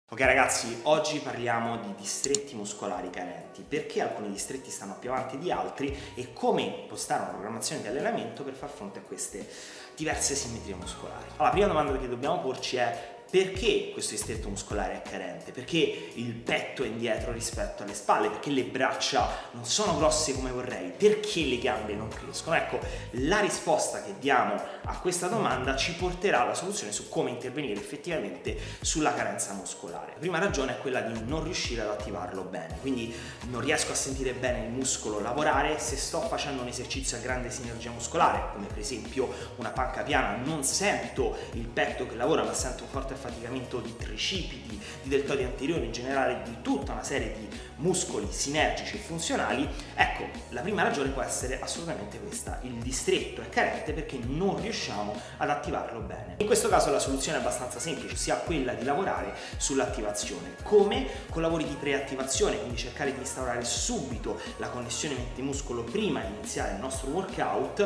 Ok ragazzi, oggi parliamo di distretti muscolari carenti, perché alcuni distretti stanno più avanti di altri e come impostare una programmazione di allenamento per far fronte a queste diverse simmetrie muscolari. Allora, la prima domanda che dobbiamo porci è: perché questo distretto muscolare è carente? Perché il petto è indietro rispetto alle spalle? Perché le braccia non sono grosse come vorrei? Perché le gambe non crescono? Ecco, la risposta che diamo a questa domanda ci porterà alla soluzione su come intervenire effettivamente sulla carenza muscolare. La prima ragione è quella di non riuscire ad attivarlo bene, quindi non riesco a sentire bene il muscolo lavorare se sto facendo un esercizio a grande sinergia muscolare, come per esempio una panca piana. Non sento il petto che lavora, ma sento un forte affaticamento di tricipiti, di deltoidi anteriori, in generale di tutta una serie di muscoli sinergici e funzionali. Ecco, la prima ragione può essere assolutamente questa: il distretto è carente perché non riusciamo ad attivarlo bene. In questo caso la soluzione è abbastanza semplice, ossia quella di lavorare sull'attivazione. Come? Con lavori di preattivazione, quindi cercare di instaurare subito la connessione mente-muscolo prima di iniziare il nostro workout,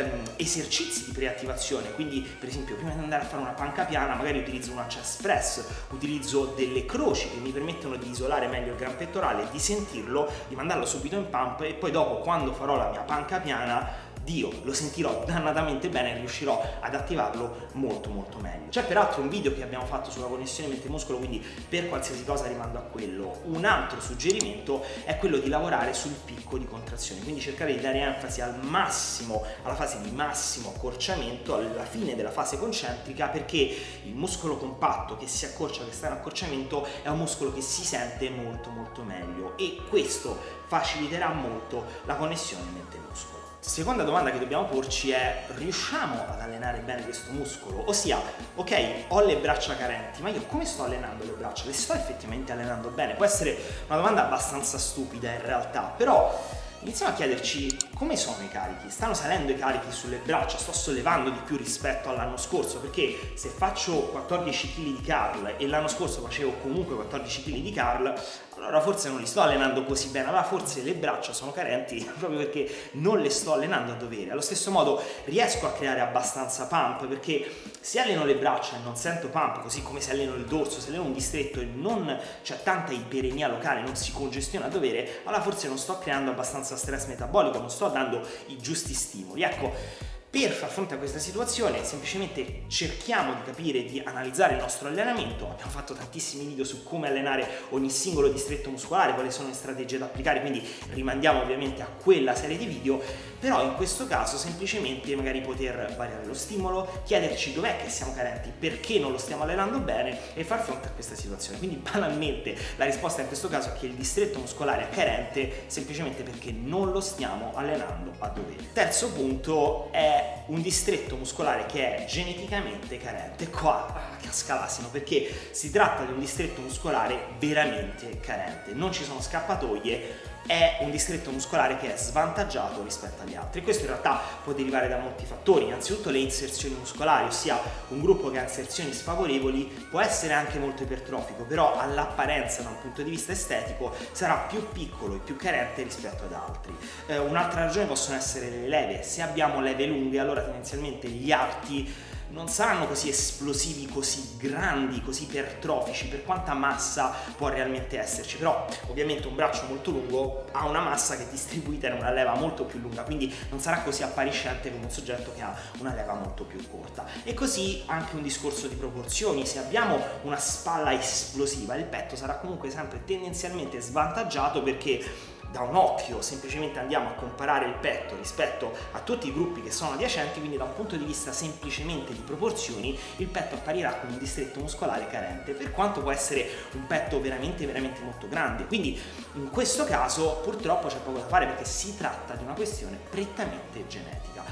esercizi di preattivazione, quindi per esempio prima di andare a fare una panca piana magari utilizzo una chest press, utilizzo delle croci che mi permettono di isolare meglio il gran pettorale, di sentirlo, di mandarlo subito in pump, e poi dopo, quando farò la mia panca piana, Dio, lo sentirò dannatamente bene e riuscirò ad attivarlo molto meglio. C'è peraltro un video che abbiamo fatto sulla connessione mente-muscolo, quindi per qualsiasi cosa rimando a quello. Un altro suggerimento è quello di lavorare sul picco di contrazione, quindi cercare di dare enfasi al massimo, alla fase di massimo accorciamento, alla fine della fase concentrica, perché il muscolo compatto che si accorcia, che sta in accorciamento, è un muscolo che si sente molto meglio, e questo faciliterà molto la connessione mente-muscolo. Seconda domanda che dobbiamo porci è: riusciamo ad allenare bene questo muscolo? Ossia, ok, ho le braccia carenti, ma io come sto allenando le braccia? Le sto effettivamente allenando bene? Può essere una domanda abbastanza stupida in realtà, però iniziamo a chiederci: come sono i carichi? Stanno salendo i carichi sulle braccia? Sto sollevando di più rispetto all'anno scorso? Perché se faccio 14 kg di curl e l'anno scorso facevo comunque 14 kg di curl, allora forse non li sto allenando così bene, allora forse le braccia sono carenti proprio perché non le sto allenando a dovere. Allo stesso modo riesco a creare abbastanza pump, perché se alleno le braccia e non sento pump, così come se alleno il dorso, se alleno un distretto e non c'è tanta iperemia locale, non si congestiona a dovere, allora forse non sto creando abbastanza stress metabolico, non sto dando i giusti stimoli. Ecco, per far fronte a questa situazione semplicemente cerchiamo di capire, di analizzare il nostro allenamento. Abbiamo fatto tantissimi video su come allenare ogni singolo distretto muscolare, quali sono le strategie da applicare, quindi rimandiamo ovviamente a quella serie di video. Però in questo caso semplicemente magari poter variare lo stimolo, chiederci dov'è che siamo carenti, perché non lo stiamo allenando bene, e far fronte a questa situazione. Quindi banalmente la risposta in questo caso è che il distretto muscolare è carente semplicemente perché non lo stiamo allenando a dovere. Terzo punto è un distretto muscolare che è geneticamente carente. Qua casca l'asino, perché si tratta di un distretto muscolare veramente carente, non ci sono scappatoie, è un distretto muscolare che è svantaggiato rispetto agli altri. Questo in realtà può derivare da molti fattori. Innanzitutto le inserzioni muscolari, ossia un gruppo che ha inserzioni sfavorevoli può essere anche molto ipertrofico, però all'apparenza, da un punto di vista estetico, sarà più piccolo e più carente rispetto ad altri. Un'altra ragione possono essere le leve. Se abbiamo leve lunghe, allora tendenzialmente gli arti non saranno così esplosivi, così grandi, così ipertrofici, per quanta massa può realmente esserci. Però ovviamente un braccio molto lungo ha una massa che è distribuita in una leva molto più lunga, quindi non sarà così appariscente come un soggetto che ha una leva molto più corta. E così anche un discorso di proporzioni: se abbiamo una spalla esplosiva, il petto sarà comunque sempre tendenzialmente svantaggiato, perché da un occhio semplicemente andiamo a comparare il petto rispetto a tutti i gruppi che sono adiacenti, quindi da un punto di vista semplicemente di proporzioni il petto apparirà come un distretto muscolare carente, per quanto può essere un petto veramente molto grande. Quindi in questo caso purtroppo c'è poco da fare, perché si tratta di una questione prettamente genetica.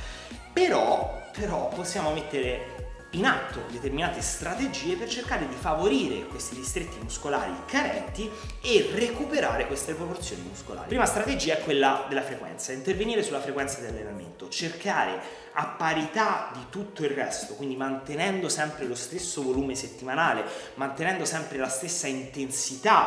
Però possiamo mettere in atto determinate strategie per cercare di favorire questi distretti muscolari carenti e recuperare queste proporzioni muscolari. Prima strategia è quella della frequenza: intervenire sulla frequenza di allenamento, cercare a parità di tutto il resto, quindi mantenendo sempre lo stesso volume settimanale, mantenendo sempre la stessa intensità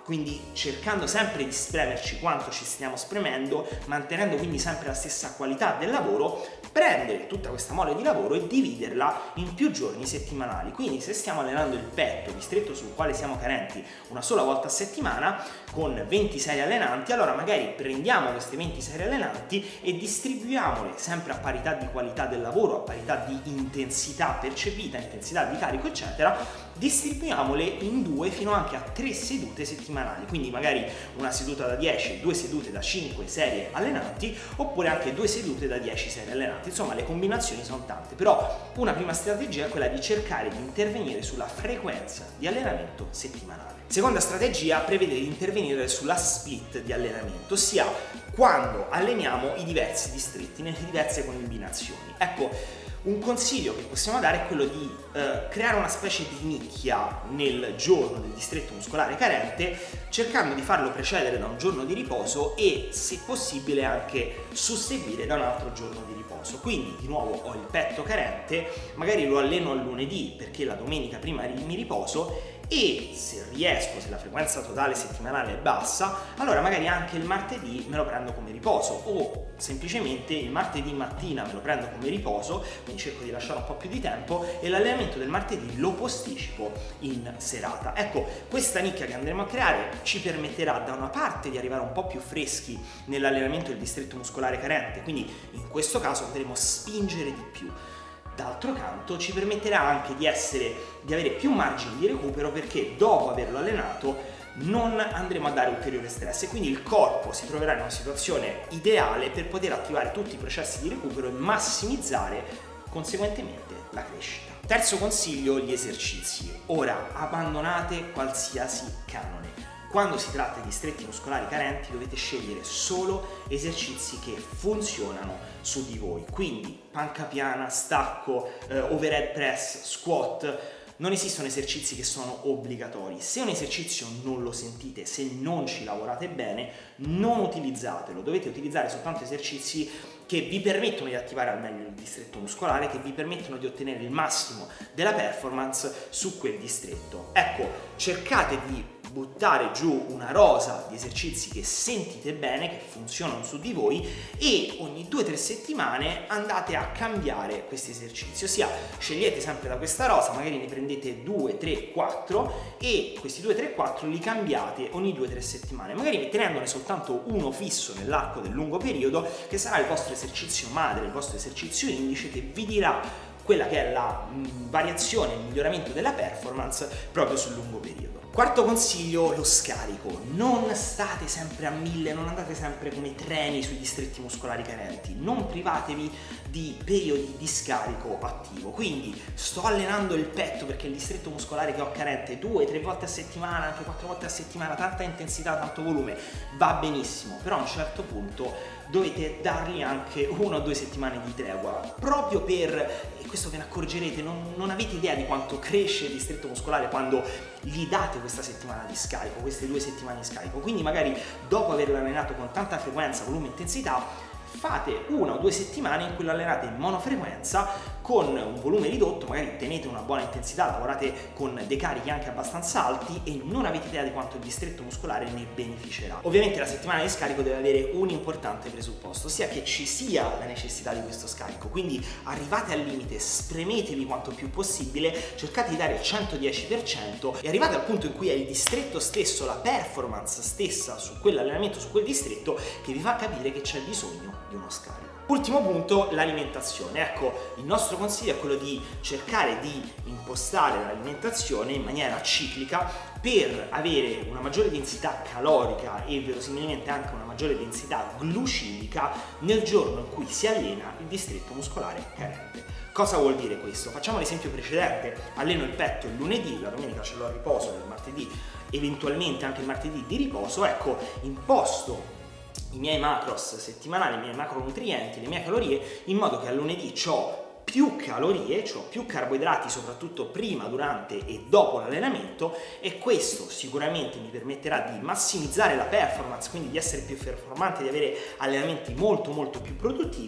quindi cercando sempre di spremerci quanto ci stiamo spremendo, mantenendo quindi sempre la stessa qualità del lavoro, prendere tutta questa mole di lavoro e dividerla in più giorni settimanali. Quindi se stiamo allenando il petto, distretto sul quale siamo carenti, una sola volta a settimana con 20 serie allenanti, allora magari prendiamo queste 20 serie allenanti e distribuiamole sempre a parità di qualità del lavoro, a parità di intensità percepita, intensità di carico eccetera, distribuiamole in 2 fino anche a 3 sedute settimanali, quindi magari una seduta da 10, 2 sedute da 5 serie allenanti, oppure anche 2 sedute da 10 serie allenanti. Insomma, le combinazioni sono tante, però una prima strategia è quella di cercare di intervenire sulla frequenza di allenamento settimanale. Seconda strategia prevede di intervenire sulla split di allenamento, ossia quando alleniamo i diversi distretti nelle diverse combinazioni. Ecco, un consiglio che possiamo dare è quello di creare una specie di nicchia nel giorno del distretto muscolare carente, cercando di farlo precedere da un giorno di riposo e, se possibile, anche susseguire da un altro giorno di riposo. Quindi, di nuovo, ho il petto carente, magari lo alleno al lunedì perché la domenica prima mi riposo, e se riesco, se la frequenza totale settimanale è bassa, allora magari anche il martedì me lo prendo come riposo, o semplicemente il martedì mattina me lo prendo come riposo, quindi cerco di lasciare un po' più di tempo e l'allenamento del martedì lo posticipo in serata. Ecco, questa nicchia che andremo a creare ci permetterà da una parte di arrivare un po' più freschi nell'allenamento del distretto muscolare carente, quindi in questo caso potremo spingere di più. D'altro canto ci permetterà anche di avere più margini di recupero, perché dopo averlo allenato non andremo a dare ulteriore stress e quindi il corpo si troverà in una situazione ideale per poter attivare tutti i processi di recupero e massimizzare conseguentemente la crescita. Terzo consiglio, gli esercizi. Ora, abbandonate qualsiasi canone. Quando si tratta di distretti muscolari carenti dovete scegliere solo esercizi che funzionano su di voi, quindi panca piana, stacco, overhead press, squat. Non esistono esercizi che sono obbligatori. Se un esercizio non lo sentite, se non ci lavorate bene, non utilizzatelo. Dovete utilizzare soltanto esercizi che vi permettono di attivare al meglio il distretto muscolare, che vi permettono di ottenere il massimo della performance su quel distretto. Ecco, cercate di buttare giù una rosa di esercizi che sentite bene, che funzionano su di voi, e ogni 2-3 settimane andate a cambiare questi esercizi, ossia scegliete sempre da questa rosa, magari ne prendete 2, 3, 4 e questi 2, 3, 4 li cambiate ogni 2-3 settimane, magari tenendone soltanto uno fisso nell'arco del lungo periodo, che sarà il vostro esercizio madre, il vostro esercizio indice, che vi dirà quella che è la variazione, il miglioramento della performance proprio sul lungo periodo. Quarto consiglio, lo scarico. Non state sempre a 1000, non andate sempre come treni sui distretti muscolari carenti, non privatevi di periodi di scarico attivo. Quindi sto allenando il petto perché è il distretto muscolare che ho carente 2-3 volte a settimana, anche 4 volte a settimana, tanta intensità, tanto volume, va benissimo, però a un certo punto dovete dargli anche 1 o 2 settimane di tregua, proprio per, e questo ve ne accorgerete, non avete idea di quanto cresce il distretto muscolare quando gli date questa settimana di scarico, queste 2 settimane di scarico. Quindi magari dopo averlo allenato con tanta frequenza, volume e intensità, fate 1 o 2 settimane in cui lo allenate in monofrequenza con un volume ridotto, magari tenete una buona intensità, lavorate con dei carichi anche abbastanza alti e non avete idea di quanto il distretto muscolare ne beneficerà. Ovviamente la settimana di scarico deve avere un importante presupposto, ossia che ci sia la necessità di questo scarico, quindi arrivate al limite, spremetevi quanto più possibile, cercate di dare il 110% e arrivate al punto in cui è il distretto stesso, la performance stessa su quell'allenamento, su quel distretto, che vi fa capire che c'è bisogno di uno scarico. Ultimo punto, l'alimentazione. Ecco, il nostro consiglio è quello di cercare di impostare l'alimentazione in maniera ciclica per avere una maggiore densità calorica e verosimilmente anche una maggiore densità glucidica nel giorno in cui si allena il distretto muscolare carente. Cosa vuol dire questo? Facciamo l'esempio precedente: alleno il petto il lunedì, la domenica ce l'ho a riposo, il martedì eventualmente anche il martedì di riposo. Ecco, imposto i miei macros settimanali, i miei macronutrienti, le mie calorie, in modo che al lunedì ho più calorie, ho più carboidrati soprattutto prima, durante e dopo l'allenamento, e questo sicuramente mi permetterà di massimizzare la performance, quindi di essere più performante, di avere allenamenti molto più produttivi,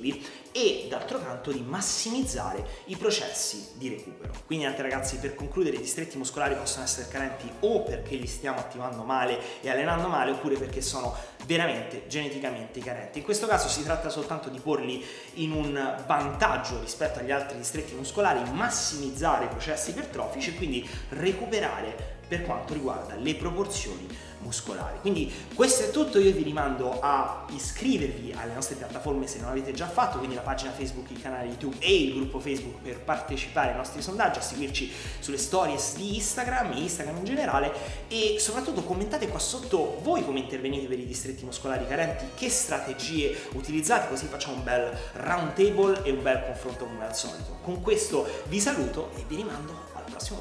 e d'altro canto di massimizzare i processi di recupero. Quindi anche ragazzi, per concludere, i distretti muscolari possono essere carenti o perché li stiamo attivando male e allenando male, oppure perché sono veramente geneticamente carenti. In questo caso si tratta soltanto di porli in un vantaggio rispetto agli altri distretti muscolari, massimizzare i processi ipertrofici e quindi recuperare per quanto riguarda le proporzioni muscolari. Quindi questo è tutto, io vi rimando a iscrivervi alle nostre piattaforme se non l'avete già fatto, quindi la pagina Facebook, il canale YouTube e il gruppo Facebook per partecipare ai nostri sondaggi, a seguirci sulle stories di Instagram e Instagram in generale, e soprattutto commentate qua sotto voi come intervenite per i distretti muscolari carenti, che strategie utilizzate, così facciamo un bel round table e un bel confronto come al solito. Con questo vi saluto e vi rimando al prossimo